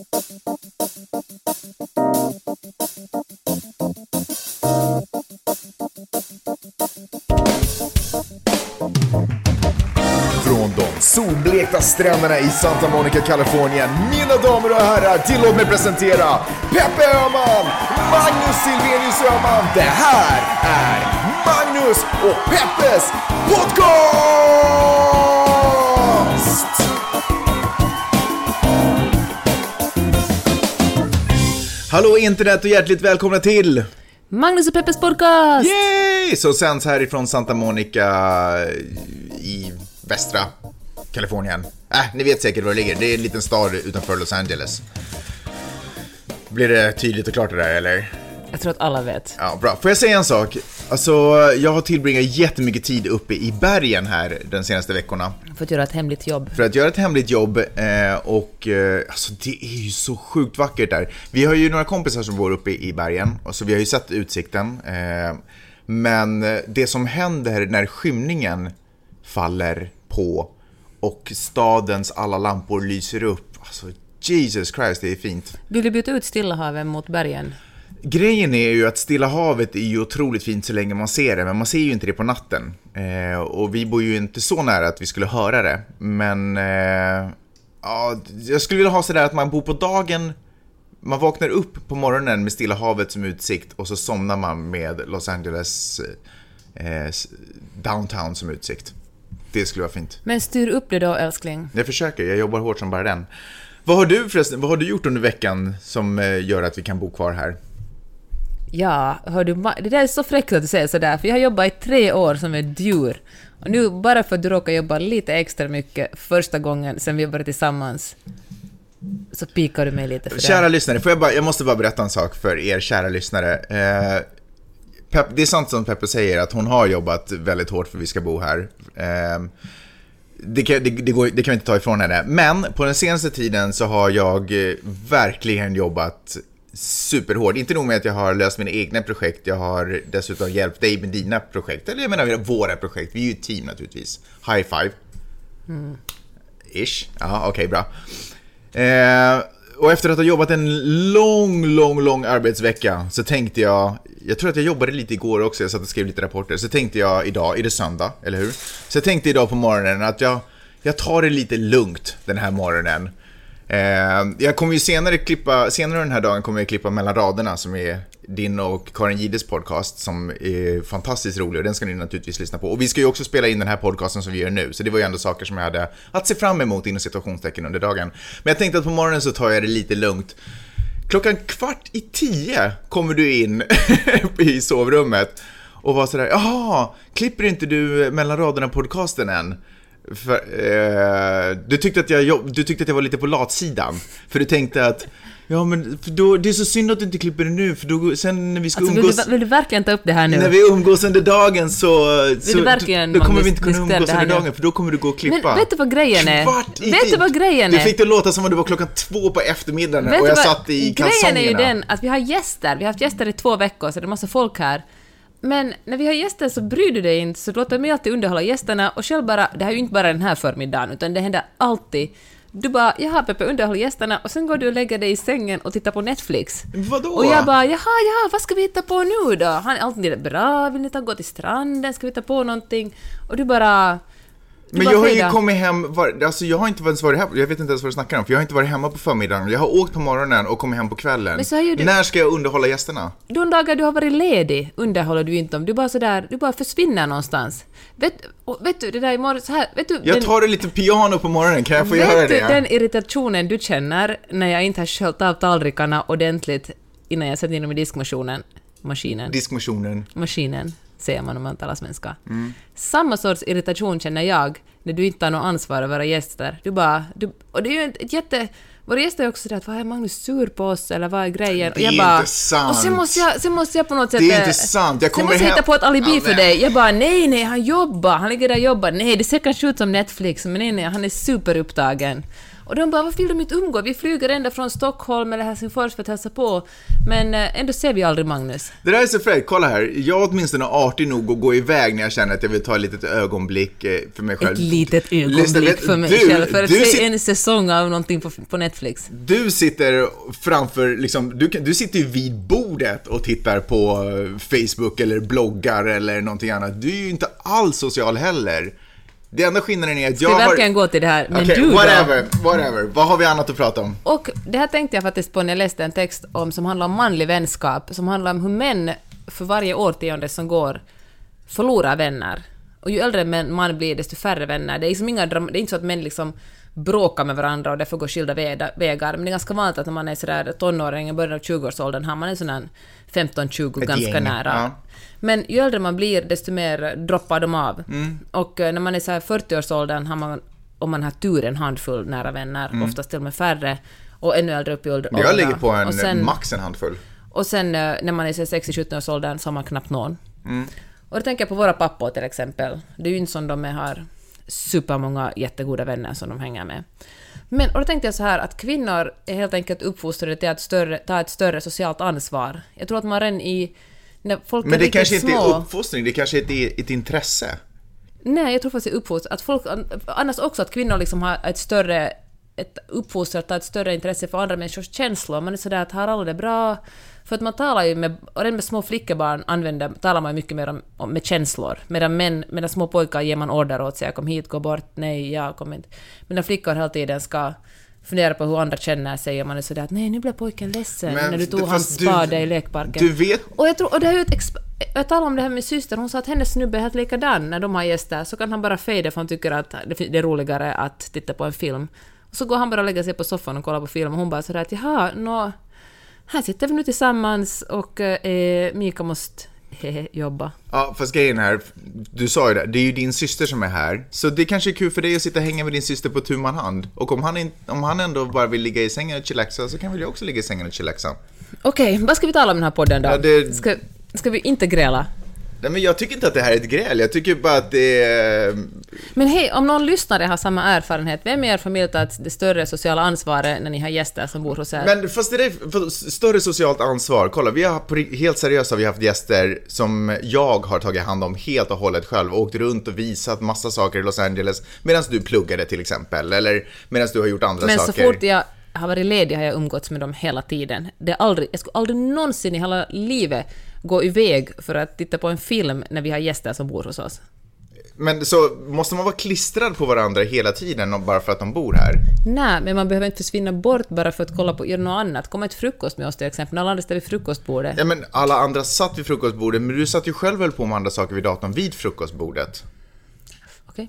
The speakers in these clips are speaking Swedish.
Från de solblekta stränderna i Santa Monica, Kalifornien, mina damer och herrar, tillåt mig presentera Peppe Öhman, Magnus Silvenius Öhman. Det här är Magnus och Peppes podcast! Hallå internet och hjärtligt välkomna till Magnus och Peppes podcast! Yay! Så sänds härifrån Santa Monica i västra Kalifornien. Ni vet säkert var det ligger. Det är en liten stad utanför Los Angeles. Blir det tydligt och klart det där, eller? Jag tror att alla vet. Ja, bra. Får jag säga en sak? Alltså, jag har tillbringat jättemycket tid uppe i bergen här de senaste veckorna. För att göra ett hemligt jobb. För att göra ett hemligt jobb alltså det är ju så sjukt vackert där. Vi har ju några kompisar som bor uppe i bergen och så vi har ju sett utsikten. Men det som händer när skymningen faller på och stadens alla lampor lyser upp. Alltså, Jesus Christ, det är fint. Vill du byta ut Stilla havet mot bergen? Grejen är ju att Stilla havet är ju otroligt fint så länge man ser det, men man ser ju inte det på natten. Och vi bor ju inte så nära att vi skulle höra det. Men ja, jag skulle vilja ha sådär att man bor på dagen, man vaknar upp på morgonen med Stilla havet som utsikt och så somnar man med Los Angeles downtown som utsikt. Det skulle vara fint. Men styr upp det då, älskling. Jag försöker, jag jobbar hårt som bara den. Vad har du gjort under veckan som gör att vi kan bo kvar här? Ja, hör du, det där är så fräckt att du säger sådär, för jag har jobbat i 3 år som ett djur. Och nu, bara för att du råkar jobba lite extra mycket första gången sen vi jobbade tillsammans, så pikar du mig lite för det. Kära lyssnare, jag måste bara berätta en sak för er kära lyssnare. Det är sant som Peppe säger att hon har jobbat väldigt hårt för att vi ska bo här. Det kan vi inte ta ifrån henne. Men på den senaste tiden så har jag verkligen jobbat superhårt. Inte nog med att jag har löst mina egna projekt. Jag har dessutom hjälpt dig med dina projekt. Eller jag menar våra projekt. Vi är ju ett team naturligtvis. High five. Ish. Ja, okej, bra. Och efter att ha jobbat en lång arbetsvecka så tänkte jag tror att jag jobbade lite igår också, jag satt och skrev lite rapporter. Så tänkte jag idag, är det söndag, eller hur? Så jag tänkte idag på morgonen att jag tar det lite lugnt den här morgonen. Jag kommer ju senare den här dagen kommer jag klippa mellan raderna, som är din och Karin Gides podcast, som är fantastiskt rolig och den ska ni naturligtvis lyssna på. Och vi ska ju också spela in den här podcasten som vi gör nu, så det var ju ändå saker som jag hade att se fram emot inom situationstecken under dagen. Men jag tänkte att på morgonen så tar jag det lite lugnt. 9:15 kommer du in i sovrummet och var sådär, jaha, klipper inte du mellan raderna podcasten än? För, du tyckte att jag var lite på latsidan. För du tänkte att ja, men för då, det är så synd att du inte klipper det nu. För då, sen när vi ska umgås, vill du verkligen ta upp det här nu? När vi umgås under dagen så då kommer vi inte kunna umgås under dagen. För då kommer du gå och klippa. Men vet du vad grejen är? Det fick det låta som att det var 2:00 på eftermiddagen och jag satt i kalsongerna. Grejen är ju den att vi har gäster. Vi har haft gäster i 2 veckor, så det är massa folk här. Men när vi har gäster så bryr du dig inte, så låter mig alltid underhålla gästerna. Och själv bara, det här är ju inte bara den här förmiddagen, utan det händer alltid. Du bara, jaha Peppe, underhåll gästerna, och sen går du och lägger dig i sängen och tittar på Netflix. Vadå? Och jag bara, jaha, vad ska vi hitta på nu då? Han är alltid bra, vill ni gå till stranden, ska vi hitta på någonting? Och du bara... Men jag har ju kommit hem, alltså jag har inte ens varit hemma, jag vet inte ens vad du snackar om, för jag har inte varit hemma på förmiddagen. Jag har åkt på morgonen och kommit hem på kvällen. Men så är ju du... När ska jag underhålla gästerna? De dagar du har varit ledig underhåller du inte om. Du bara försvinner någonstans. Vet du, det där imorgon så här, vet du... Jag tar det lite piano på morgonen, kan jag få göra det? Vet du den irritationen du känner när jag inte har sköljt av tallrikarna ordentligt innan jag sätter in dem i diskmaskinen? Maskinen, säger man om man talar svenska. Samma sorts irritation känner jag när du inte har något ansvar att vara gäster. Och det är ju ett jätte... Våra gäster är också sådär att vad är Magnus sur på oss eller vad är grejen? Det är inte sant. Och sen måste jag på något sätt... Det är inte sant. Jag måste hitta på ett alibi för dig. Jag bara, nej, han ligger där och jobbar. Nej, det ser kanske ut som Netflix, men nej, han är superupptagen. Och de bara, varför vill de inte umgå? Vi flyger ända från Stockholm eller Helsingfors för att hälsa på. Men ändå ser vi aldrig Magnus. Det där är så fräckt, kolla här. Jag är åtminstone artig nog att gå iväg när jag känner att jag vill ta ett litet ögonblick för mig själv. Ett litet ögonblick för mig själv. För att se en säsong av någonting på Netflix. Du sitter framför, liksom, du sitter ju vid bordet och tittar på Facebook eller bloggar eller någonting annat. Du är ju inte alls social heller. Det enda skillnaden är att jag verkligen gå till det här. Men okay, du whatever. Vad har vi annat att prata om? Och det här tänkte jag faktiskt på när jag läste en text som handlar om manlig vänskap. Som handlar om hur män för varje årtionde som går förlorar vänner. Och ju äldre man blir, desto färre vänner. Det är liksom det är inte så att män liksom bråkar med varandra och därför går skilda vägar. Men det är ganska vanligt att när man är sådär tonåring i början av 20-årsåldern har man en sån här 15-20 ganska gäng, nära. Ja. Men ju äldre man blir, desto mer droppar de av. Och när man är så här 40-årsåldern har man, om man har tur, en handfull nära vänner. Oftast till och med färre. Och ännu äldre upp i åldern. Jag ligger på max en handfull. Och sen när man är 60-17-årsåldern så har man knappt någon. Och då tänker jag på våra pappor till exempel. Det är ju inte som de har supermånga jättegoda vänner som de hänger med. Men, och då tänkte jag så här att kvinnor är helt enkelt uppfostrade till att ta ett större socialt ansvar. Jag tror att man redan när folk men det kanske små, inte är uppfostring, det kanske är ett intresse. Nej, jag tror faktiskt det är uppfostring. Att folk, annars också att kvinnor liksom har uppfostrat ett större intresse för andra människors känslor. Man är sådär att har alla det bra. För att man talar ju och med små flickebarn talar man ju mycket mer med känslor. Medan små pojkar ger man order åt sig. Kom hit, gå bort, nej, jag kommer inte. Medan flickor hela tiden ska fundera på hur andra känner sig. Och man är sådär att nej, nu blev pojken ledsen när du tog hans spade i lekparken. Du vet. Och det är ju jag talade om det här med min syster. Hon sa att hennes snubbe är helt likadan när de har gäster. Så kan han bara fejda för han tycker att det är roligare att titta på en film. Och så går han bara och lägger sig på soffan och kollar på film. Och hon bara sådär att här sitter vi nu tillsammans och Mika måste jobba. Ja, fast grejen här, du sa ju det är ju din syster som är här. Så det kanske är kul för dig att sitta och hänga med din syster på tu man hand. Och om han ändå bara vill ligga i sängen och chillaxa, så kan väl jag också ligga i sängen och chillaxa. Okej, vad ska vi tala om den här podden då? Ja, ska vi inte gräla? Nej, men jag tycker inte att det här är ett gräl. Jag tycker bara att det är... Men hej, om någon lyssnare har samma erfarenhet, vem är er familj att det större sociala ansvaret när ni har gäster som bor hos er? Men fast det är större socialt ansvar. Kolla, vi har helt seriöst har vi haft gäster som jag har tagit hand om helt och hållet själv och åkt runt och visat massa saker i Los Angeles medan du pluggade till exempel, eller medan du har gjort andra saker. Men så fort jag har varit ledig har jag umgåtts med dem hela tiden. Jag skulle aldrig någonsin i hela livet gå iväg för att titta på en film när vi har gäster som bor hos oss. Men så måste man vara klistrad på varandra hela tiden bara för att de bor här? Nej, men man behöver inte försvinna bort bara för att göra något annat. Komma ett frukost med oss till exempel. Alla andra står vid frukostbordet. Ja, men alla andra satt vid frukostbordet, men du satt ju själv väl på med andra saker vid datorn vid frukostbordet. Okej.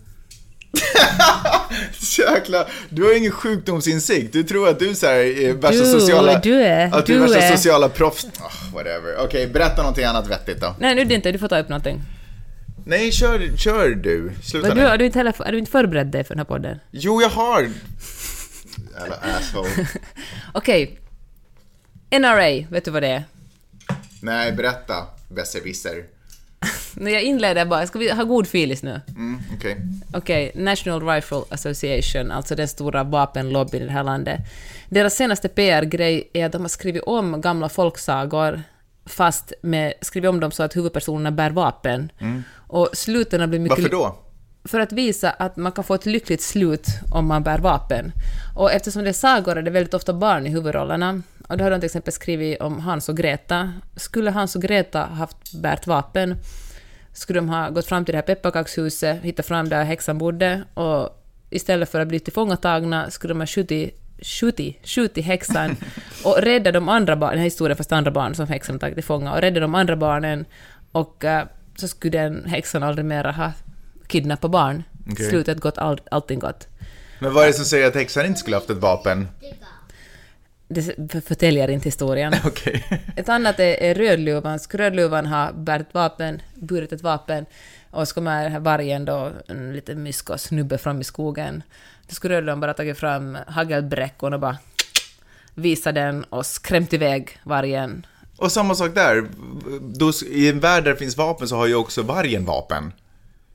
Jäkla, du har ju ingen sjukdomsinsikt. Du tror att du så här är värsta sociala... Du är värsta sociala proffs. Whatever. Okej, berätta någonting annat vettigt då. Nej, nu är det inte. Du får ta upp någonting. Nej, kör du. Sluta nu. Har du inte förberett dig för den här podden? Jo, jag har. Jävla asshole. Okej. NRA, vet du vad det är? Nej, berätta. Besserwisser. När jag inleder bara, ska vi ha god filis nu? Okej, National Rifle Association, alltså den stora vapenlobbyn i det här landet. Deras senaste PR-grej är att de har skrivit om gamla folksagor fast skrivit om dem så att huvudpersonerna bär vapen. Och sluten har blivit mycket... Varför då? För att visa att man kan få ett lyckligt slut om man bär vapen. Och eftersom det är sagor är det väldigt ofta barn i huvudrollerna. Och då har de till exempel skrivit om Hans och Greta. Skulle Hans och Greta haft bärt vapen skulle de ha gått fram till det här pepparkakshuset, hittat fram där häxan bodde, och istället för att bli tillfångatagna skulle de ha skjutit häxan och rädda de andra barnen, den här historien fast andra barn som häxan tagit till fånga, och rädda de andra barnen, och så skulle den häxan aldrig mer ha kidnappat barn. Okay. Slutet gott, allting gott. Men vad är det som säger att häxan inte skulle haft ett vapen? Det förtäljer inte historien. Okay. Ett annat är Rödluvan. Skulle Rödluvan ha burit ett vapen och så kommer här vargen då, en liten mysko snubbe fram i skogen. Då skulle Rödluvan bara tagit fram hagelbräckon och bara visa den och skrämt iväg vargen. Och samma sak där. I en värld där det finns vapen så har ju också vargen vapen.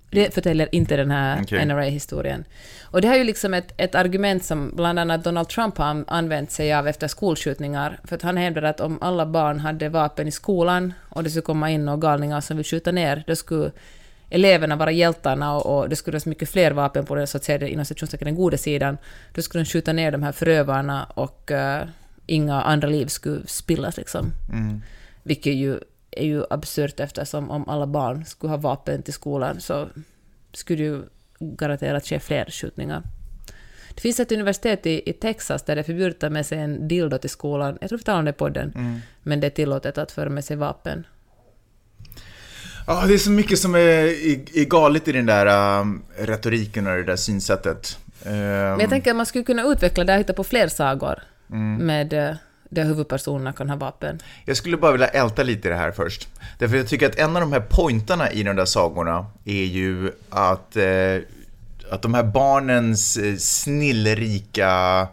Det förtäljer inte den här NRA-historien. Och det här är ju liksom ett argument som bland annat Donald Trump har använt sig av efter skolskjutningar. För att han hävdar att om alla barn hade vapen i skolan och det skulle komma in några galningar som vill skjuta ner, då skulle eleverna vara hjältarna och det skulle vara så mycket fler vapen på det, så att säga, inom situationen den goda sidan. Då skulle de skjuta ner de här förövarna och inga andra liv skulle spillas liksom. Vilket är ju absurt, eftersom om alla barn skulle ha vapen till skolan så skulle ju garanterat ske fler skjutningar. Det finns ett universitet i Texas där det är förbjudet att med sig en dildo till skolan. Jag tror vi talar om det på podden. Men det är tillåtet att föra med sig vapen. Ja, det är så mycket som är galet i den där retoriken och det där synsättet. Men jag tänker att man skulle kunna utveckla det och hitta på fler sagor med där huvudpersonerna kan ha vapen. Jag skulle bara vilja älta lite det här först. Därför jag tycker att en av de här pointarna i de där sagorna är ju att de här barnens snillrika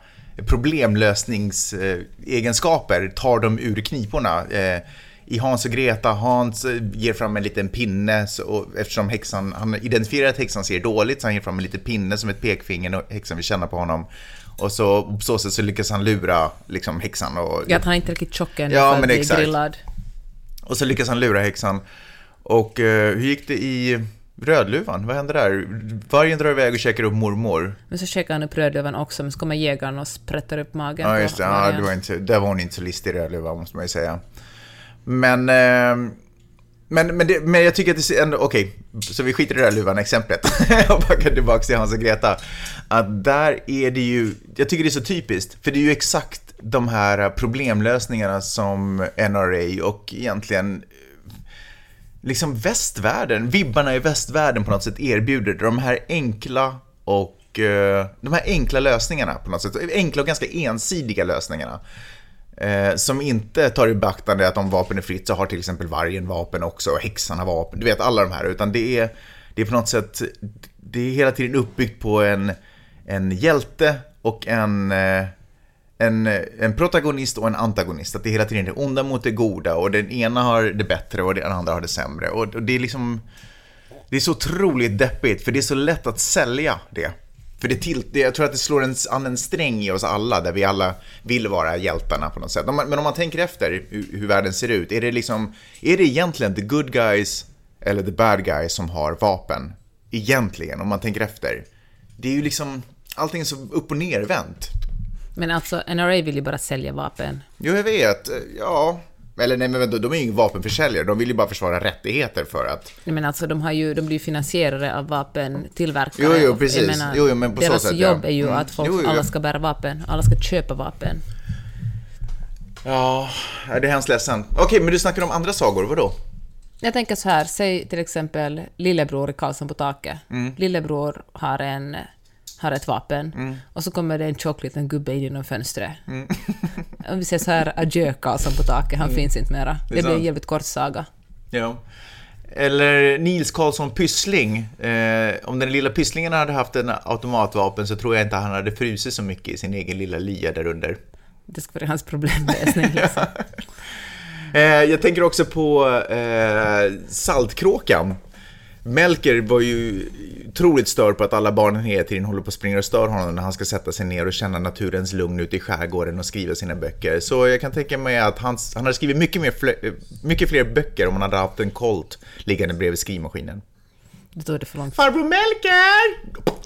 problemlösningsegenskaper tar dem ur kniporna. I Hans och Greta, Hans ger fram en liten pinne eftersom han identifierar att häxan ser dåligt, så han ger fram en liten pinne som ett pekfinger och häxan vill känna på honom. Och så så lyckas han lura liksom häxan. Att han inte är riktigt tjock än ja, för men att bli grillad. Och så lyckas han lura häxan. Och hur gick det i Rödluvan? Vad hände där? Vargen drar iväg och käkar upp mormor. Men så käkar han upp Rödluvan också, men så kommer jägaren och sprättar upp magen. Ja, just det. Ja, det var hon inte så listig i Rödluvan, måste man ju säga. Men jag tycker att det är ändå okej, så vi skiter i det där luvan-exemplet och backar tillbaka till Hans och Greta. Att där är det ju, jag tycker det är så typiskt, för det är ju exakt de här problemlösningarna som NRA och egentligen liksom västvärlden, vibbarna i västvärlden på något sätt erbjuder. De här enkla lösningarna på något sätt, enkla och ganska ensidiga lösningarna. Som inte tar i beaktande att om vapen är fritt så har till exempel vargen vapen också och häxarna vapen, du vet alla de här, utan det är på något sätt, det är hela tiden uppbyggt på en hjälte och en protagonist och en antagonist, att det är hela tiden det onda mot det goda och den ena har det bättre och den andra har det sämre, och det är liksom, det är så otroligt deppigt, för det är så lätt att sälja det. För jag tror att det slår en sträng i oss alla, där vi alla vill vara hjältarna på något sätt. Men om man tänker efter hur världen ser ut, är det egentligen the good guys eller the bad guys som har vapen? Egentligen, om man tänker efter. Det är ju liksom, allting är så upp- och nervänt. Men alltså, NRA vill ju bara sälja vapen. Jo, jag vet. Ja. Eller nej, men de är ju ingen vapenförsäljare. De vill ju bara försvara rättigheter för att... Nej, men alltså, de blir ju finansierade av vapentillverkare. Jo, precis. Menar, men på deras så sätt, jobb är ju att alla ska bära vapen. Alla ska köpa vapen. Ja, det är hemskt ledsen. Okej, men du snackar om andra sagor, vadå? Jag tänker så här, säg till exempel Lillebror i Karlsson på taket. Lillebror har ett vapen och så kommer det en tjock liten gubbe in genom fönstret. Om vi säger så här, adjö Karlsson på taket, han finns inte mera. Det blir en jävligt kort saga. Ja. Eller Nils Karlsson Pyssling. Om den lilla Pysslingen hade haft en automatvapen så tror jag inte han hade frusit så mycket i sin egen lilla lya där under. Det ska vara hans problemlösning liksom. Jag tänker också på Saltkråkan. Melker var ju otroligt störd på att alla barnen hela tiden håller på att springa och stör honom när han ska sätta sig ner och känna naturens lugn ute i skärgården och skriva sina böcker. Så jag kan tänka mig att han hade skrivit mycket fler böcker om han hade haft en Colt liggande bredvid skrivmaskinen. Det tog det för långt. Farbror Melker!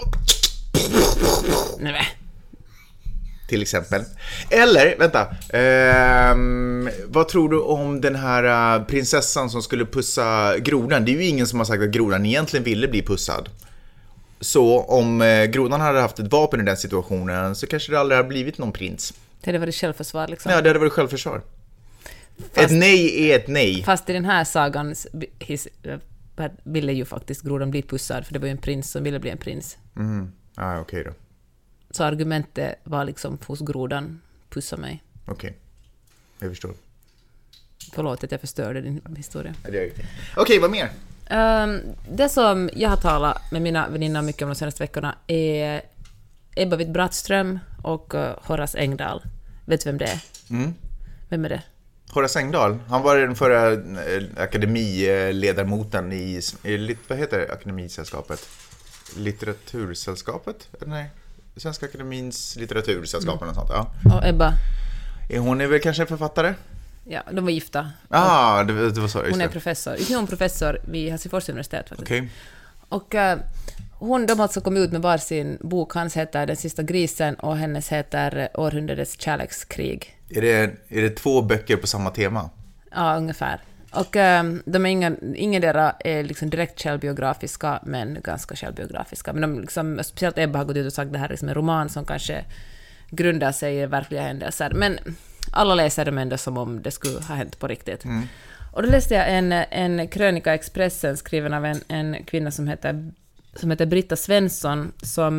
Nej. Till exempel. Eller, vänta. Vad tror du om den här prinsessan som skulle pussa grodan? Det är ju ingen som har sagt att grodan egentligen ville bli pussad. Så om grodan hade haft ett vapen i den situationen så kanske det aldrig hade blivit någon prins. Det hade varit självförsvar liksom. Ja, det hade varit självförsvar. Ett nej är ett nej. Fast i den här sagan ville ju faktiskt grodan bli pussad, för det var ju en prins som ville bli en prins. Okej då. Så argumentet var liksom hos grodan, pussa mig. Okej, jag förstår. Förlåt att jag förstörde din historia. Okej, vad mer? Det som jag har talat med mina väninnor mycket om de senaste veckorna är Ebba Witt-Brattström och Horace Engdahl. Vet du vem det är? Vem är det? Horace Engdahl, han var den förra akademiledarmoten i vad heter det, akademisällskapet? Litteratursällskapet? Nej, Svenska Akademins litteratursällskap eller sånt, ja. Och Ebba? Hon är väl kanske författare? Ja, de var gifta. Det var så. Hon är professor. Just nu är hon professor vid Helsingfors universitet faktiskt. Okej. Och de har alltså kommit ut med varsin bok. Hans heter Den sista grisen och hennes heter Århundradets kärlekskrig. Är det 2 böcker på samma tema? Ja, ungefär. Och de är ingen där är liksom direkt självbiografiska, men ganska självbiografiska. Men de liksom, speciellt Ebba har gått ut och sagt att det här är liksom en roman som kanske grundar sig i verkliga händelser. Men alla läser dem ändå som om det skulle ha hänt på riktigt. Och då läste jag en krönika i Expressen skriven av en kvinna som heter Britta Svensson,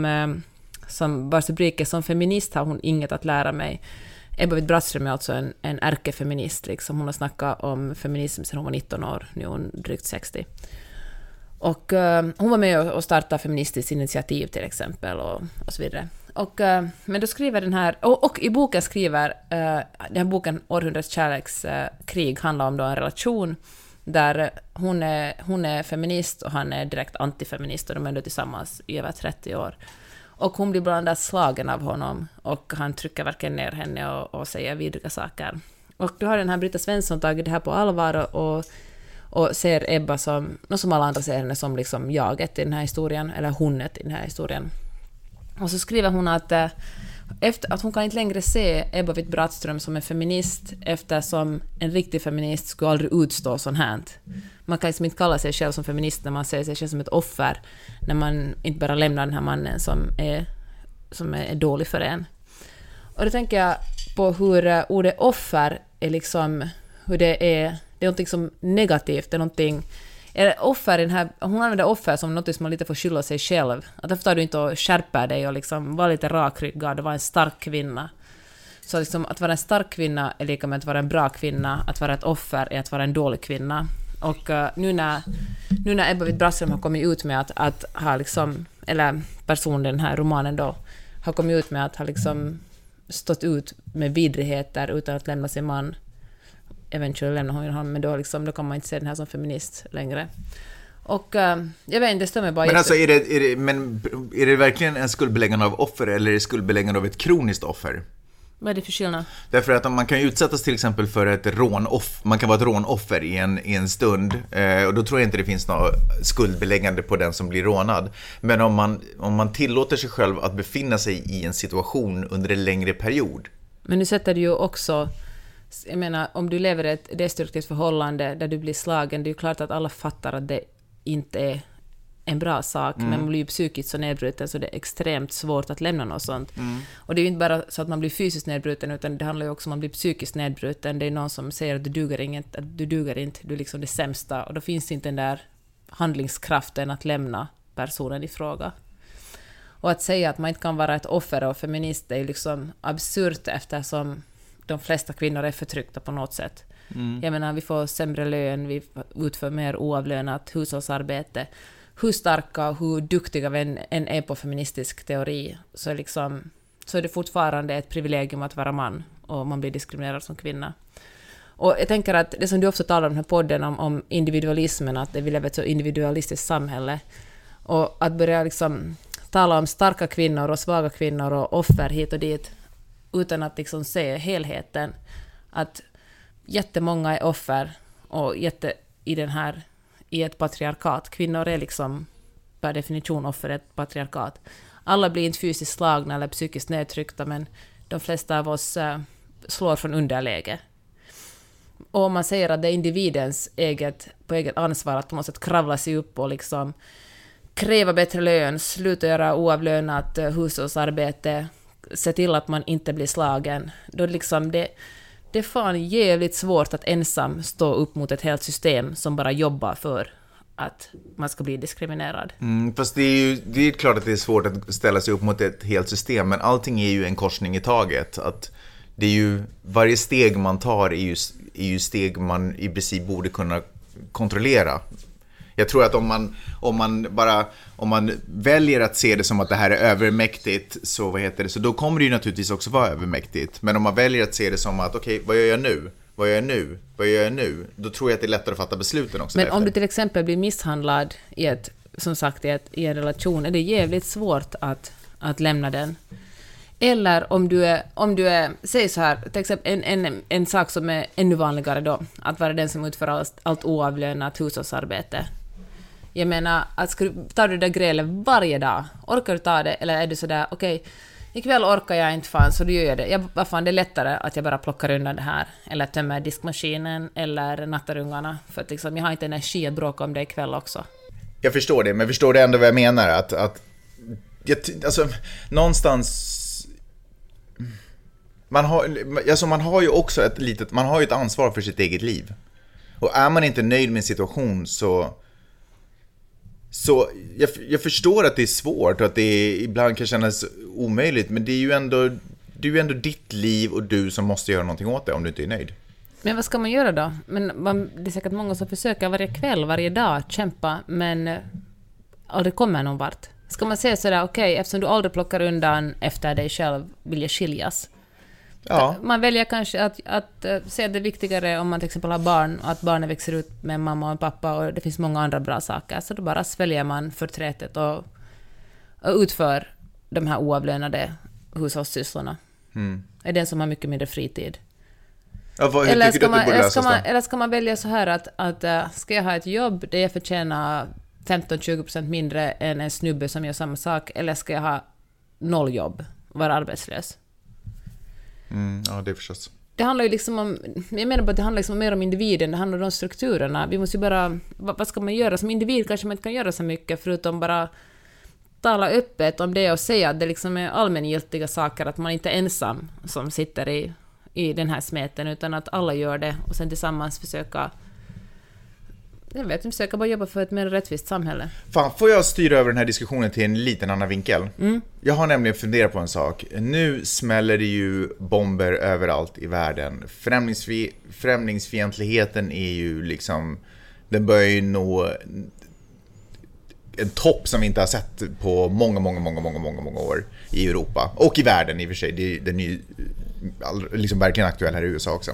som vars rubrik är Som feminist har hon inget att lära mig. Ebba Witt-Brattström är alltså en ärkefeminist. Liksom. Hon har snackat om feminism sedan hon var 19 år, nu är hon drygt 60. Och hon var med och startade Feministiskt initiativ till exempel och så vidare. Men då skriver den här, och i boken skriver, den här boken Århundradets kärlekskrig handlar om då en relation där hon är feminist och han är direkt antifeminist och de är ändå tillsammans i över 30 år. Och hon blir bland annat slagen av honom och han trycker verkligen ner henne och säger vidriga saker. Och då har den här Britta Svensson tagit det här på allvar och ser Ebba som alla andra ser henne som liksom jaget i den här historien, eller honet i den här historien. Och så skriver hon att hon kan inte längre se Ebba Witt-Brattström som en feminist eftersom en riktig feminist skulle aldrig utstå sånt här. Man kan liksom inte kalla sig själv som feminist när man ser sig själv som ett offer, när man inte bara lämnar den här mannen som är dålig för en. Och då tänker jag på hur ordet offer är liksom, hur det är någonting som negativt, det är någonting. Offer i den här, hon använder offer som något som man lite får skylla sig själv. Att därför tar du inte och skärper dig och liksom var lite rakryggad och var en stark kvinna. Så liksom att vara en stark kvinna är lika med att vara en bra kvinna. Att vara ett offer är att vara en dålig kvinna. Och nu när Ebba Witt-Brattström har kommit ut med att ha liksom, eller personen den här romanen då, har kommit ut med att ha liksom stått ut med vidrigheter utan att lämna sin man. Eventuellt lämnar hon honom, men då kan man inte se den här som feminist längre. Och jag vet inte, det stämmer bara. Men alltså, är det verkligen en skuldbeläggande av offer eller är det skuldbeläggande av ett kroniskt offer? Vad är det för skillnad? Därför att man kan ju utsättas till exempel för ett rånoffer. Man kan vara ett rånoffer i en stund. Och då tror jag inte det finns något skuldbeläggande på den som blir rånad. Men om man tillåter sig själv att befinna sig i en situation under en längre period. Men nu sätter du ju också, jag menar, om du lever i ett destruktivt förhållande där du blir slagen, det är ju klart att alla fattar att det inte är en bra sak, men man blir ju psykiskt så nedbruten så det är extremt svårt att lämna något sånt. Och det är ju inte bara så att man blir fysiskt nedbruten, utan det handlar ju också om att man blir psykiskt nedbruten. Det är någon som säger att du duger inte, du är liksom det sämsta, och då finns inte den där handlingskraften att lämna personen i fråga. Och att säga att man inte kan vara ett offer och feminist är ju liksom absurt eftersom de flesta kvinnor är förtryckta på något sätt. Jag menar, vi får sämre lön, vi utför mer oavlönat hushållsarbete. Hur starka och hur duktiga vi än är på feministisk teori så är det fortfarande ett privilegium att vara man och man blir diskriminerad som kvinna. Och jag tänker att det som du också talar om den här podden om individualismen, att vi lever i ett så individualistiskt samhälle, och att börja liksom tala om starka kvinnor och svaga kvinnor och offer hit och dit utan att liksom se helheten, att jättemånga är offer och i ett patriarkat. Kvinnor är liksom per definition offer i ett patriarkat. Alla blir inte fysiskt slagna eller psykiskt nedtryckta, men de flesta av oss slår från underläge. Och om man säger att det är individens på eget ansvar att på något sätt kravla sig upp och liksom kräva bättre lön, sluta göra oavlönat hushållsarbete, se till att man inte blir slagen, då liksom det är fan jävligt svårt att ensam stå upp mot ett helt system som bara jobbar för att man ska bli diskriminerad. Fast det är klart att det är svårt att ställa sig upp mot ett helt system, men allting är ju en korsning i taget. Att det är ju, varje steg man tar är ju steg man i princip borde kunna kontrollera. Jag tror att om man väljer att se det som att det här är övermäktigt, så så då kommer det ju naturligtvis också vara övermäktigt. Men om man väljer att se det som att okej, vad gör jag nu? vad gör jag nu? Då tror jag att det är lättare att fatta besluten också. Men därefter. om du till exempel blir misshandlad i en relation, är det jävligt svårt att lämna den. Eller om du är säg så här, till exempel en sak som är ännu vanligare då, att vara den som utför allt oavlönat hushållsarbete. Jag menar, tar du det där grälet varje dag? Orkar du ta det? Eller är du sådär, okej, ikväll orkar jag inte fan, så då gör jag det. Vad fan, det är lättare att jag bara plockar undan det här. Eller tömmer diskmaskinen, eller nattar ungarna. För att liksom, jag har inte energi att bråka om det ikväll också. Jag förstår det, men förstår du ändå vad jag menar? Alltså, någonstans... Man har ju också man har ju ett ansvar för sitt eget liv. Och är man inte nöjd med en situation så jag förstår att det är svårt och att det ibland kan kännas omöjligt, men det är ju ändå ditt liv och du som måste göra någonting åt det om du inte är nöjd. Men vad ska man göra då? Det är säkert många som försöker varje kväll, varje dag kämpa, men aldrig kommer någon vart. Ska man säga sådär, okej, eftersom du aldrig plockar undan efter dig själv, vill jag skiljas? Ja. Man väljer kanske att se det viktigare om man till exempel har barn, och att barnen växer ut med mamma och pappa, och det finns många andra bra saker, så då bara sväljer man förträtet och utför de här oavlönade hushållssysslorna. Är den som har mycket mindre fritid. Ja, eller ska man välja så här att ska jag ha ett jobb där jag förtjänar 15-20% mindre än en snubbe som gör samma sak, eller ska jag ha 0 jobb och vara arbetslös? Ja, det är förstås. Det handlar ju liksom om, jag menar bara att det handlar liksom mer om individen, det handlar om strukturerna. Vi måste ju bara, vad ska man göra? Som individ kanske man inte kan göra så mycket, förutom bara tala öppet om det och säga att det liksom är allmängiltiga saker, att man inte är ensam som sitter i den här smeten, utan att alla gör det, och sen tillsammans försöka bara jobba för ett mer rättvist samhälle. Fan, får jag styra över den här diskussionen till en liten annan vinkel? Jag har nämligen funderat på en sak. Nu smäller det ju bomber överallt i världen. Främlingsfientligheten är ju liksom, den börjar ju nå en topp som vi inte har sett på många år i Europa. Och i världen i och för sig. Den är ju liksom verkligen aktuell här i USA också.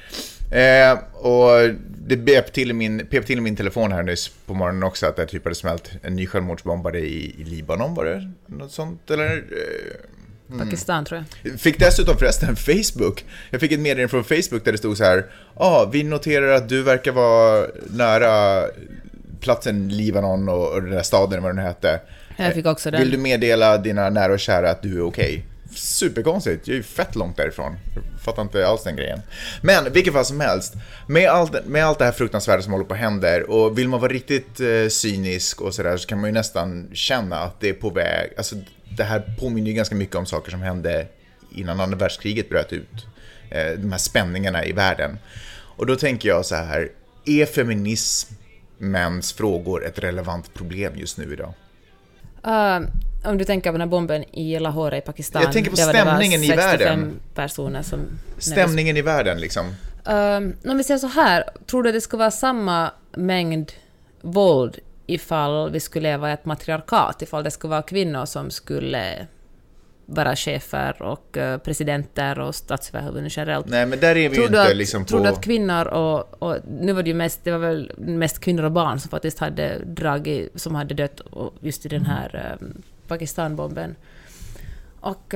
Och det pep till i min telefon här nyss på morgonen också, att det typ hade smält en ny självmordsbombare i Libanon, var det något sånt, eller? Pakistan, tror jag. Fick dessutom förresten Facebook. Jag fick ett meddelande från Facebook där det stod så här: vi noterar att du verkar vara nära platsen Libanon och den där staden, vad den hette. Jag fick också den. Vill du meddela dina nära och kära att du är okej? Superkonstigt, jag är ju fett långt därifrån. Jag fattar inte alls den grejen. Men vilket fall som helst, med allt det här fruktansvärda som håller på att hända, och vill man vara riktigt cynisk och sådär, så kan man ju nästan känna att det är på väg. Alltså, det här påminner ju ganska mycket om saker som hände innan andra världskriget bröt ut. De här spänningarna i världen. Och då tänker jag så här: är feminismens frågor ett relevant problem just nu idag? Om du tänker på den här bomben i Lahore i Pakistan. Jag tänker på stämningen i världen. 65 personer som... Stämningen i världen liksom. Om vi säger så här, tror du att det skulle vara samma mängd våld ifall vi skulle leva i ett matriarkat, ifall det skulle vara kvinnor som skulle vara chefer och presidenter och statsöverhuvuden generellt? Nej, men där är vi ju inte liksom på... Tror du att kvinnor och nu var det var väl mest kvinnor och barn som faktiskt hade dragit, som hade dött just i den här Pakistanbomben. Och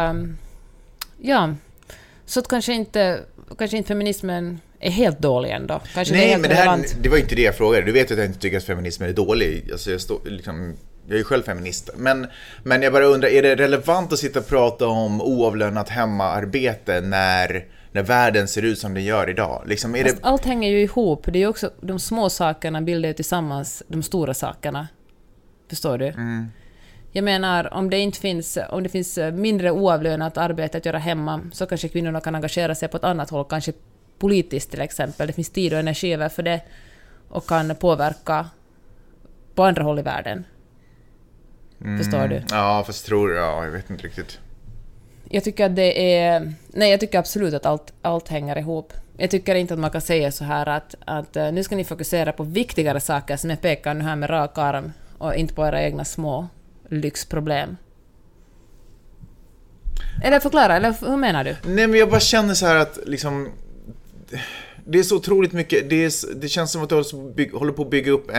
så att kanske inte feminismen är helt dålig ändå. Kanske nej, det är helt men det var inte det jag frågade. Du vet att jag inte tycker att feminismen är dålig. Alltså jag är ju själv feminist. Men jag bara undrar, är det relevant att sitta och prata om oavlönat hemmaarbete när världen ser ut som den gör idag? Liksom, allt hänger ju ihop. Det är ju också, de små sakerna bildar ju tillsammans de stora sakerna. Förstår du? Jag menar, om det finns mindre oavlönat arbete att göra hemma, så kanske kvinnorna kan engagera sig på ett annat håll, kanske politiskt till exempel. Det finns tid och energi över för det och kan påverka på andra håll i världen. Förstår du? Ja, fast jag vet inte riktigt. Jag tycker jag tycker absolut att allt hänger ihop. Jag tycker inte att man kan säga så här att nu ska ni fokusera på viktigare saker som jag pekar nu här med rak arm, och inte på era egna små lyxproblem. Eller förklara, eller hur menar du? Nej, men jag bara känner så här att liksom, det är så otroligt mycket. Det känns som att du håller på att bygga upp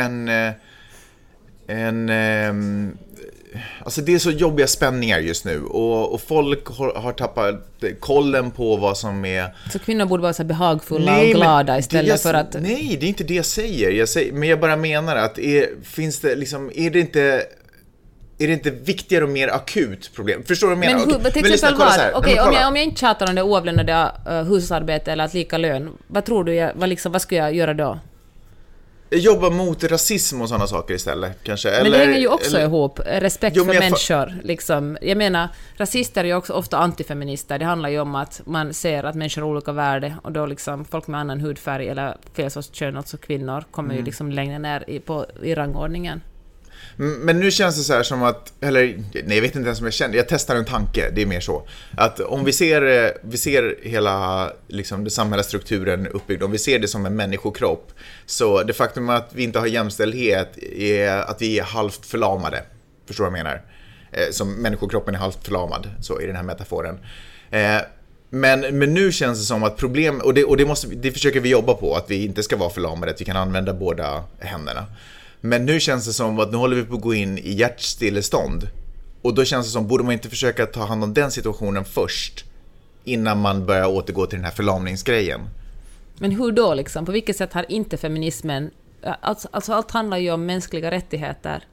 alltså det är så jobbiga spänningar just nu och folk har tappat kollen på vad som är... Så kvinnor borde vara så behagfulla och glada istället för att... Nej, det är inte det jag säger. Men jag bara menar att är det inte viktigare och mer akut problem? Förstår du vad jag menar? Men till exempel om jag inte tjatar om det oavlönade hushållsarbete eller att lika lön, vad tror du, vad ska jag göra då? Jobba mot rasism och sådana saker istället, kanske. Men det hänger ju också ihop. Respekt för människor. Liksom. Jag menar, rasister är ju också ofta antifeminister. Det handlar ju om att man ser att människor har olika värde och då liksom folk med annan hudfärg eller fel sorts kön, alltså kvinnor, kommer ju liksom längre ner i rangordningen. Men nu känns det så här som att, eller nej, jag vet inte ens om jag känner, jag testar en tanke, det är mer så att om vi ser hela liksom, det samhällsstrukturen uppbyggd, om vi ser det som en människokropp, så det faktum att vi inte har jämställdhet är att vi är halvt förlamade, förstår du vad jag menar? Som människokroppen är halvt förlamad, så i den här metaforen. Men nu känns det som att problem, och det försöker vi jobba på, att vi inte ska vara förlamade, att vi kan använda båda händerna. Men nu känns det som att nu håller vi på att gå in i hjärtstillestånd. Och då känns det som, borde man inte försöka ta hand om den situationen först innan man börjar återgå till den här förlamningsgrejen? Men hur då liksom? På vilket sätt har inte feminismen... Alltså allt handlar ju om mänskliga rättigheter.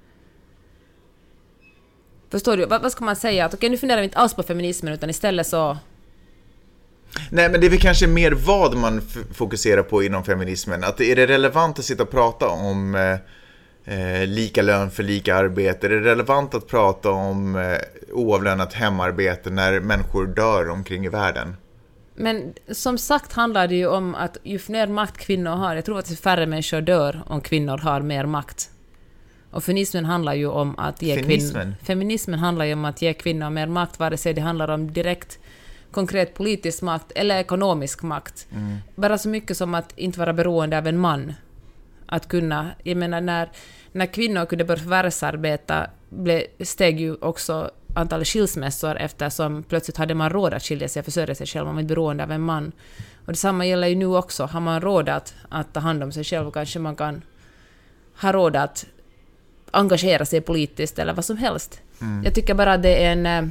Förstår du? Vad ska man säga? Att okej, nu funderar vi inte alls på feminismen utan istället så... Nej, men det är väl kanske mer vad man fokuserar på inom feminismen. Att är det relevant att sitta och prata om... lika lön för lika arbete? Är det relevant att prata om oavlönat hemarbete när människor dör omkring i världen? Men som sagt handlar det ju om att ju mer makt kvinnor har, jag tror att färre människor dör om kvinnor har mer makt. Och feminismen handlar ju om att ge feminismen handlar ju om att ge kvinnor mer makt, vare sig det handlar om direkt konkret politisk makt eller ekonomisk makt. Bara så mycket som att inte vara beroende av en man. Att kunna, jag menar när kvinnor kunde börja förvärvsarbeta steg ju också antalet skilsmässor eftersom plötsligt hade man råd att skilja sig och försörja sig själv, man var inte beroende av en man. Och detsamma gäller ju nu också, har man råd att ta hand om sig själv, kanske man kan ha råd att engagera sig politiskt eller vad som helst. Jag tycker bara att det är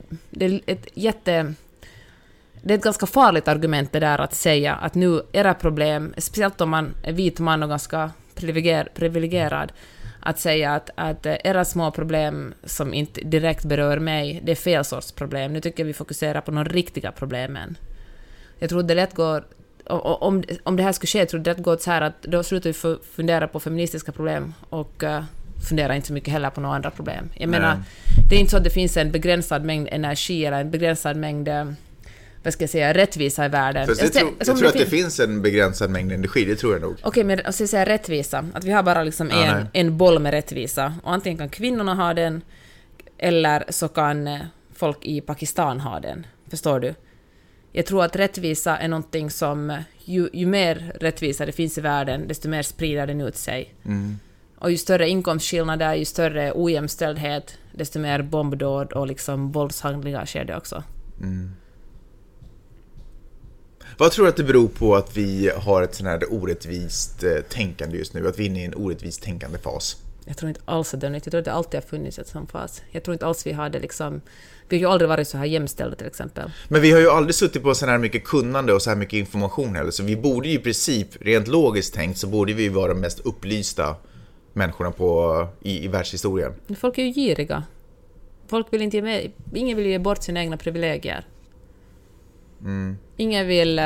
det är ett ganska farligt argument det där att säga att nu era problem, speciellt om man är vit man och ganska privilegierad, att säga att era små problem som inte direkt berör mig, det är fel sorts problem. Nu tycker jag vi fokuserar på de riktiga problemen. Jag tror det lätt går, om det här skulle ske, jag tror det lätt går så här att då slutar vi fundera på feministiska problem och fundera inte så mycket heller på några andra problem. Jag menar, det är inte så att det finns en begränsad mängd energi eller en begränsad mängd rättvisa i världen. Jag tror att det finns en begränsad mängd energi, det tror jag nog. Okej, men jag ska säga rättvisa. Att vi har bara liksom en boll med rättvisa. Och antingen kan kvinnorna ha den, eller så kan folk i Pakistan ha den. Förstår du? Jag tror att rättvisa är någonting som, ju mer rättvisa det finns i världen, desto mer sprider den ut sig. Och ju större inkomstskillnader, ju större ojämställdhet, desto mer bombdåd och liksom våldshandlingar sker det också. Vad tror du att det beror på att vi har ett sån här orättvist tänkande just nu? Att vi är inne i en orättvist tänkande fas? Jag tror inte alls att det är nytt. Jag tror att det alltid har funnits ett sån fas. Jag tror inte alls vi har det liksom... Vi har ju aldrig varit så här jämställda till exempel. Men vi har ju aldrig suttit på så här mycket kunnande och så här mycket information heller. Så vi borde ju i princip, rent logiskt tänkt, så borde vi vara de mest upplysta människorna i världshistorien. Folk är ju giriga. Folk vill inte ingen vill ge bort sina egna privilegier. Ingen vill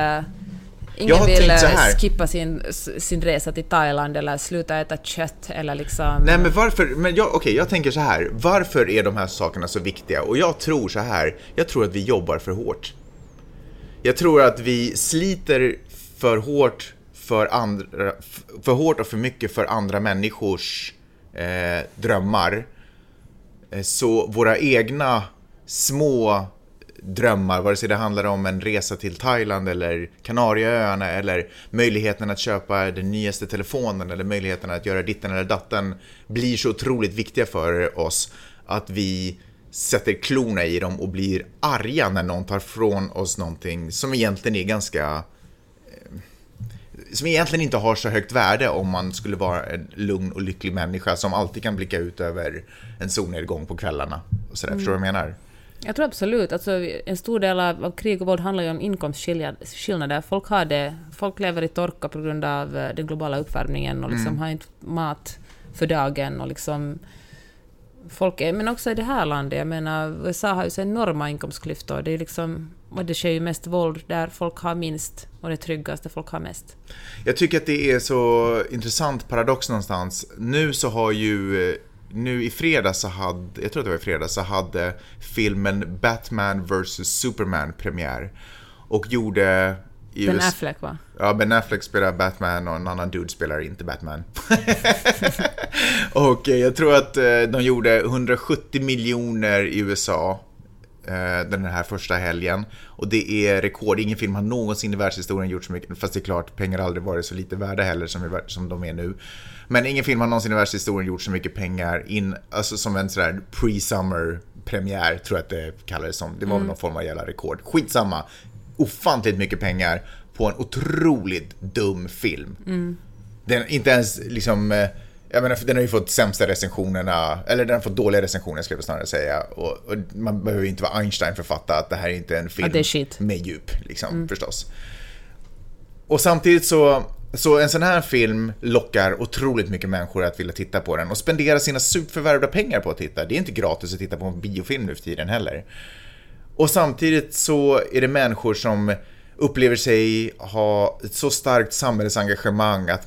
skippa sin resa till Thailand eller sluta äta kött eller liksom... Nej, men varför? Men jag tänker så här. Varför är de här sakerna så viktiga? Och jag tror så här. Jag tror att vi jobbar för hårt. Jag tror att vi sliter för hårt och för mycket för andra människors drömmar. Så våra egna små drömmar, vare sig det handlar om en resa till Thailand eller Kanarieöarna eller möjligheten att köpa den nyaste telefonen eller möjligheten att göra ditten eller datten, blir så otroligt viktiga för oss att vi sätter klorna i dem och blir arga när någon tar från oss någonting som egentligen är ganska som egentligen inte har så högt värde om man skulle vara en lugn och lycklig människa som alltid kan blicka ut över en solnedgång på kvällarna och sådär. Förstår du vad jag menar? Jag tror absolut. Alltså, en stor del av krig och våld handlar ju om inkomstskillnader. Folk lever i torka på grund av den globala uppvärmningen och liksom har inte mat för dagen och liksom men också i det här landet, jag menar, USA har ju så enorma inkomstklyftor. Det är liksom, och det sker ju mest våld där folk har minst och det tryggaste folk har mest. Jag tycker att det är så intressant paradox någonstans. Nu i fredags så hade filmen Batman vs Superman premiär och gjorde Ben Affleck, va? Ja, Ben Affleck spelar Batman och en annan dude spelar inte Batman. Och jag tror att de gjorde 170 miljoner i USA den här första helgen. Och det är rekord. Ingen film har någonsin i världshistorien gjort så mycket. Fast det är klart, pengar har aldrig varit så lite värda heller som de är nu. Men ingen film har någonsin i världshistorien gjort så mycket pengar alltså som en sådär pre-summer premiär, tror jag att det kallades som. Det var väl någon form av jävla rekord. Skitsamma. Ofantligt mycket pengar på en otroligt dum film. Den inte ens liksom, jag menar, den har ju fått sämsta recensionerna, eller den har fått dåliga recensioner skulle jag snarare säga, och man behöver ju inte vara Einstein för att fatta att det här är inte en film med djup liksom, förstås. Och samtidigt så en sån här film lockar otroligt mycket människor att vilja titta på den och spendera sina superförvärvda pengar på att titta. Det är inte gratis att titta på en biofilm nu för tiden heller. Och samtidigt så är det människor som upplever sig ha ett så starkt samhällsengagemang att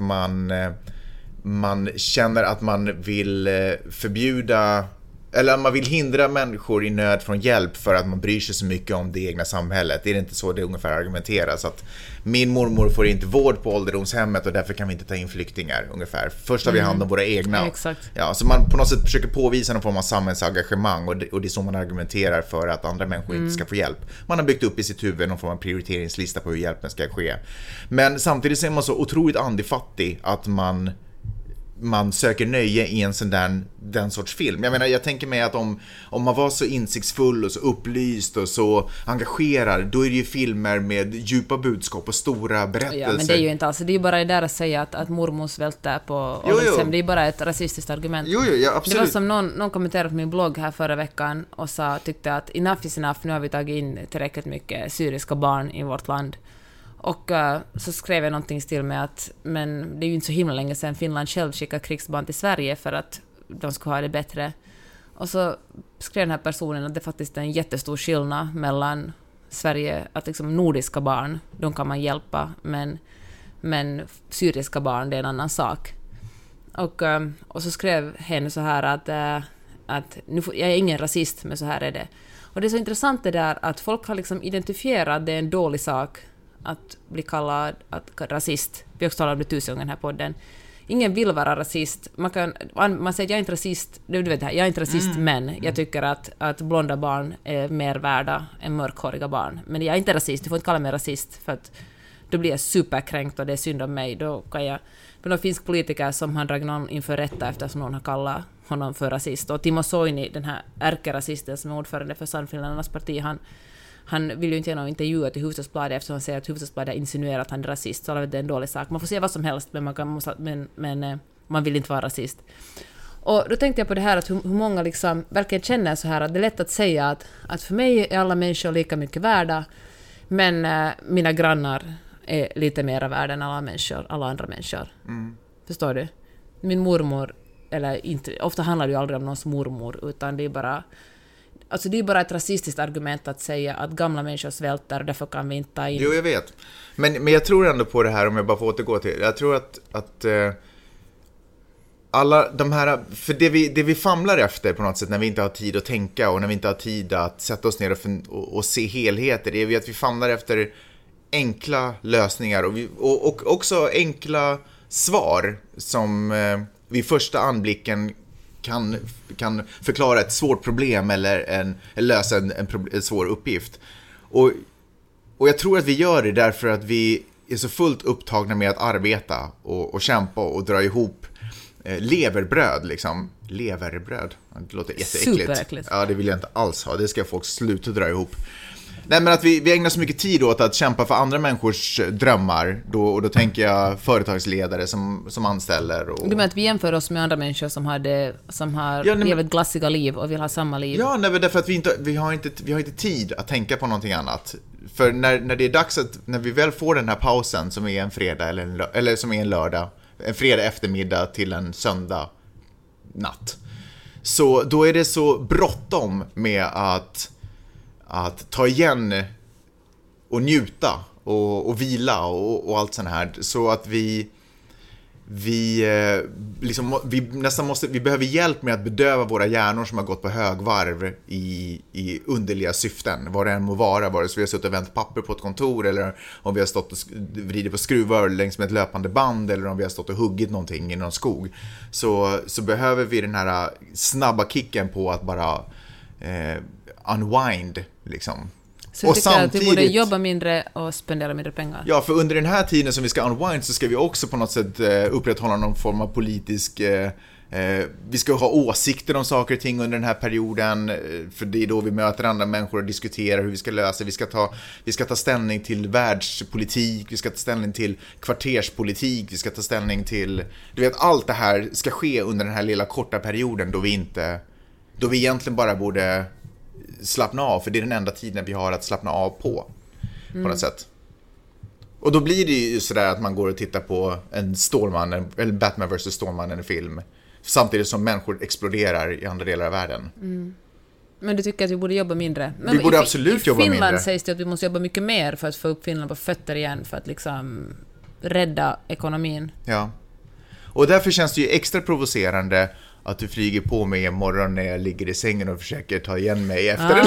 man känner att man vill förbjuda, eller man vill hindra människor i nöd från hjälp för att man bryr sig så mycket om det egna samhället. Det är inte så det ungefär argumenteras, att min mormor får inte vård på ålderdomshemmet och därför kan vi inte ta in flyktingar ungefär. Först har vi hand om våra egna. Exakt. Ja, så man på något sätt försöker påvisa någon form av samhällsengagemang och det är så man argumenterar för att andra människor inte ska få hjälp. Man har byggt upp i sitt huvud någon form av prioriteringslista på hur hjälpen ska ske. Men samtidigt så är man så otroligt andefattig att man söker nöje i en sån där, den sorts film. Jag menar, jag tänker mig att om man var så insiktsfull och så upplyst och så engagerad, då är det ju filmer med djupa budskap och stora berättelser. Ja, men det är ju inte alls. Det är ju bara det där att säga att mormor svälter på ålderdomshem. Det är bara ett rasistiskt argument. Ja, absolut. Det var som någon kommenterade på min blogg här förra veckan och tyckte att enough is enough, nu har vi tagit in tillräckligt mycket syriska barn i vårt land. Och så skrev jag någonting till med att men det är ju inte så himla länge sedan Finland själv skickade krigsbarn till Sverige för att de skulle ha det bättre. Och så skrev den här personen att det faktiskt är en jättestor skillnad mellan Sverige, att liksom nordiska barn, de kan man hjälpa, men syriska barn, det är en annan sak. Och så skrev hen så här att nu jag är ingen rasist, men så här är det. Och det är så intressant det där att folk har liksom identifierat att det är en dålig sak att bli kallad rasist. Vi har också talat om det 1000 gånger här på podden. Ingen vill vara rasist. Man säger att jag är inte rasist. Du vet det här, jag är inte rasist, men jag tycker att blonda barn är mer värda än mörkhåriga barn. Men jag är inte rasist. Du får inte kalla mig rasist för att då blir jag superkränkt och det är synd om mig. Då kan jag... Men det finns politiker som har dragit någon inför rätta eftersom någon har kallat honom för rasist. Och Timo Soini, den här ärkerasisten som är ordförande för Sannfinländarnas parti, han vill ju inte ge någon intervju till Hufvudstadsbladet eftersom han säger att Hufvudstadsbladet insinuerar att han är rasist. Så alla vet det är en dålig sak. Man får säga vad som helst, men man vill inte vara rasist. Och då tänkte jag på det här att hur många liksom verkligen känner så här att det är lätt att säga att för mig är alla människor lika mycket värda, men mina grannar är lite mer värda än alla andra människor. Förstår du? Min mormor, eller inte, ofta handlar det ju aldrig om någons mormor, utan det är bara ett rasistiskt argument att säga att gamla människor svälter och därför kan vi inte ta in. Jo, jag vet. Men jag tror ändå på det här, om jag bara får återgå till. Jag tror att alla de här, för det vi famlar efter på något sätt när vi inte har tid att tänka och när vi inte har tid att sätta oss ner och se helheter, det är att vi famlar efter enkla lösningar och också enkla svar som vid första anblicken kan förklara ett svårt problem eller lösa en svår uppgift. Och jag tror att vi gör det därför att vi är så fullt upptagna med att arbeta och kämpa och dra ihop leverbröd liksom. Leverbröd, det låter jätteäckligt. Superäckligt. Ja, det vill jag inte alls ha. Det ska folk sluta dra ihop. Nej, men att vi ägnar så mycket tid åt att kämpa för andra människors drömmar. Då tänker jag företagsledare som anställer. Och... Du menar att vi jämför oss med andra människor som har jävligt glassiga liv och vill ha samma liv? Ja, nej, därför att vi har inte tid att tänka på någonting annat. För när det är dags när vi väl får den här pausen som är en fredag eller som är en lördag, en fredag eftermiddag till en söndag natt. Så då är det så bråttom med att ta igen och njuta och vila och allt sånt här, så att vi behöver hjälp med att bedöva våra hjärnor som har gått på högvarv i underliga syften, vad det än må vara, vare sig vi har suttit och vänt papper på ett kontor, eller om vi har stått och vridit på skruvar längs med ett löpande band, eller om vi har stått och huggit någonting i någon skog, så behöver vi den här snabba kicken på att bara unwind liksom. Så jag tycker att vi borde jobba mindre och spendera mindre pengar. Ja, för under den här tiden som vi ska unwind så ska vi också på något sätt upprätthålla någon form av politisk... vi ska ha åsikter om saker och ting under den här perioden, för det är då vi möter andra människor och diskuterar hur vi ska lösa. Vi ska ta ställning till världspolitik, vi ska ta ställning till kvarterspolitik, vi ska ta ställning till... Du vet, allt det här ska ske under den här lilla korta perioden då vi egentligen bara borde... slappna av, för det är den enda tiden vi har att slappna av på något sätt. Och då blir det ju sådär att man går och tittar på en Stålman, eller Batman vs. Stålman, en film, samtidigt som människor exploderar i andra delar av världen. Men du tycker att vi borde jobba mindre? Men vi borde absolut jobba mindre. I Finland sägs det att vi måste jobba mycket mer för att få upp Finland på fötter igen, för att liksom rädda ekonomin. Ja. Och därför känns det ju extra provocerande att du flyger på mig imorgon när jag ligger i sängen och försöker ta igen mig efter den.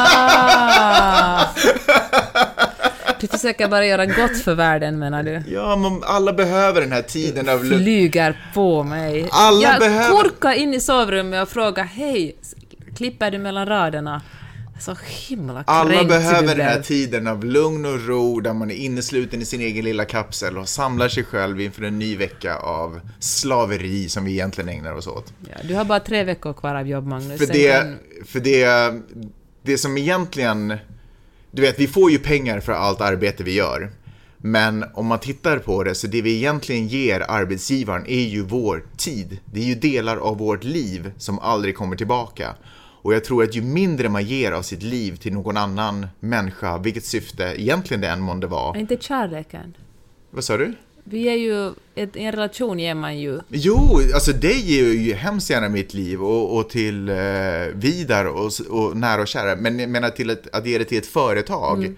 Du försöker bara göra gott för världen, menar du? Ja, men alla behöver den här tiden av... Flyger på mig. Jag korkar in i sovrummet och frågar, hej, klipper du mellan raderna? Så himla alla behöver den här tiden av lugn och ro, där man är innesluten i sin egen lilla kapsel och samlar sig själv inför en ny vecka av slaveri som vi egentligen ägnar oss åt. Ja, du har bara 3 veckor kvar av jobb, Magnus. För det som egentligen... Du vet, vi får ju pengar för allt arbete vi gör. Men om man tittar på det, så det vi egentligen ger arbetsgivaren är ju vår tid. Det är ju delar av vårt liv som aldrig kommer tillbaka. Och jag tror att ju mindre man ger av sitt liv till någon annan människa, vilket syfte egentligen det än månde vara. Inte kärleken. Vad sa du? Vi är ju, i en relation ger man ju... Jo, alltså det ger ju hemskt gärna mitt liv och till vidare och nära och kära. Men jag menar till att ge det till ett företag.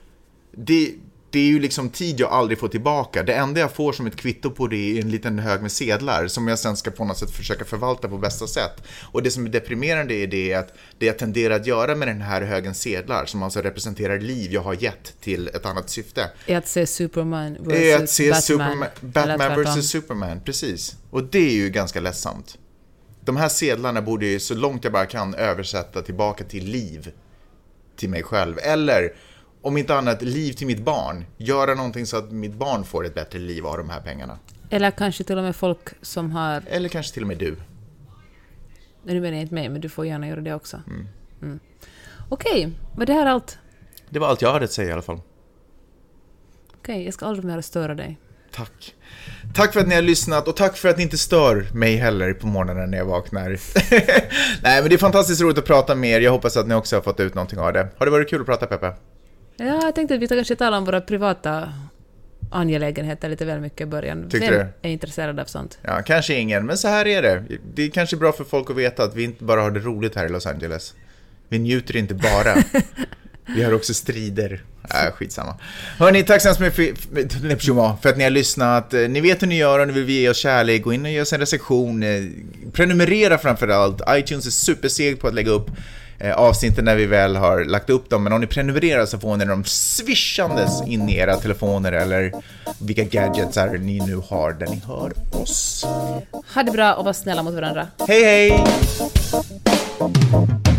Det är ju liksom tid jag aldrig får tillbaka. Det enda jag får som ett kvitto på det är en liten hög med sedlar som jag sen ska på något sätt försöka förvalta på bästa sätt. Och det som är deprimerande är det att det jag tenderar att göra med den här högen sedlar, som alltså representerar liv jag har gett till ett annat syfte, är att se Superman versus Batman versus Superman, precis. Och det är ju ganska ledsamt. De här sedlarna borde ju så långt jag bara kan översätta tillbaka till liv till mig själv, eller om inte annat, liv till mitt barn. Göra någonting så att mitt barn får ett bättre liv av de här pengarna. Eller kanske till och med folk som har... Eller kanske till och med du. Nu menar jag inte mig, men du får gärna göra det också. Okej, var det här allt? Det var allt jag hade att säga i alla fall. Okej, jag ska aldrig mer störa dig. Tack. Tack för att ni har lyssnat, och tack för att ni inte stör mig heller på morgonen när jag vaknar. Nej, men det är fantastiskt roligt att prata med er. Jag hoppas att ni också har fått ut någonting av det. Har det varit kul att prata, Peppe? Ja, jag tänkte att vi kanske talar om våra privata angelägenheter lite väl mycket i början. Tyckte Vem du? är intresserad av sånt? Ja, kanske ingen, men så här är det. Det är kanske bra för folk att veta att vi inte bara har det roligt här i Los Angeles. Vi njuter inte bara. Vi har också strider. Skitsamma. Hörrni, tack så hemskt mycket för att ni har lyssnat. Ni vet hur ni gör, och ni vill ge oss kärlek. Gå in och ge oss en recension. Prenumerera framförallt. iTunes är superseg på att lägga upp avsnitten när vi väl har lagt upp dem. Men om ni prenumererar så får ni dem swishandes in i era telefoner, eller vilka gadgets är ni nu har där ni hör oss. Ha det bra och var snälla mot varandra. Hej hej!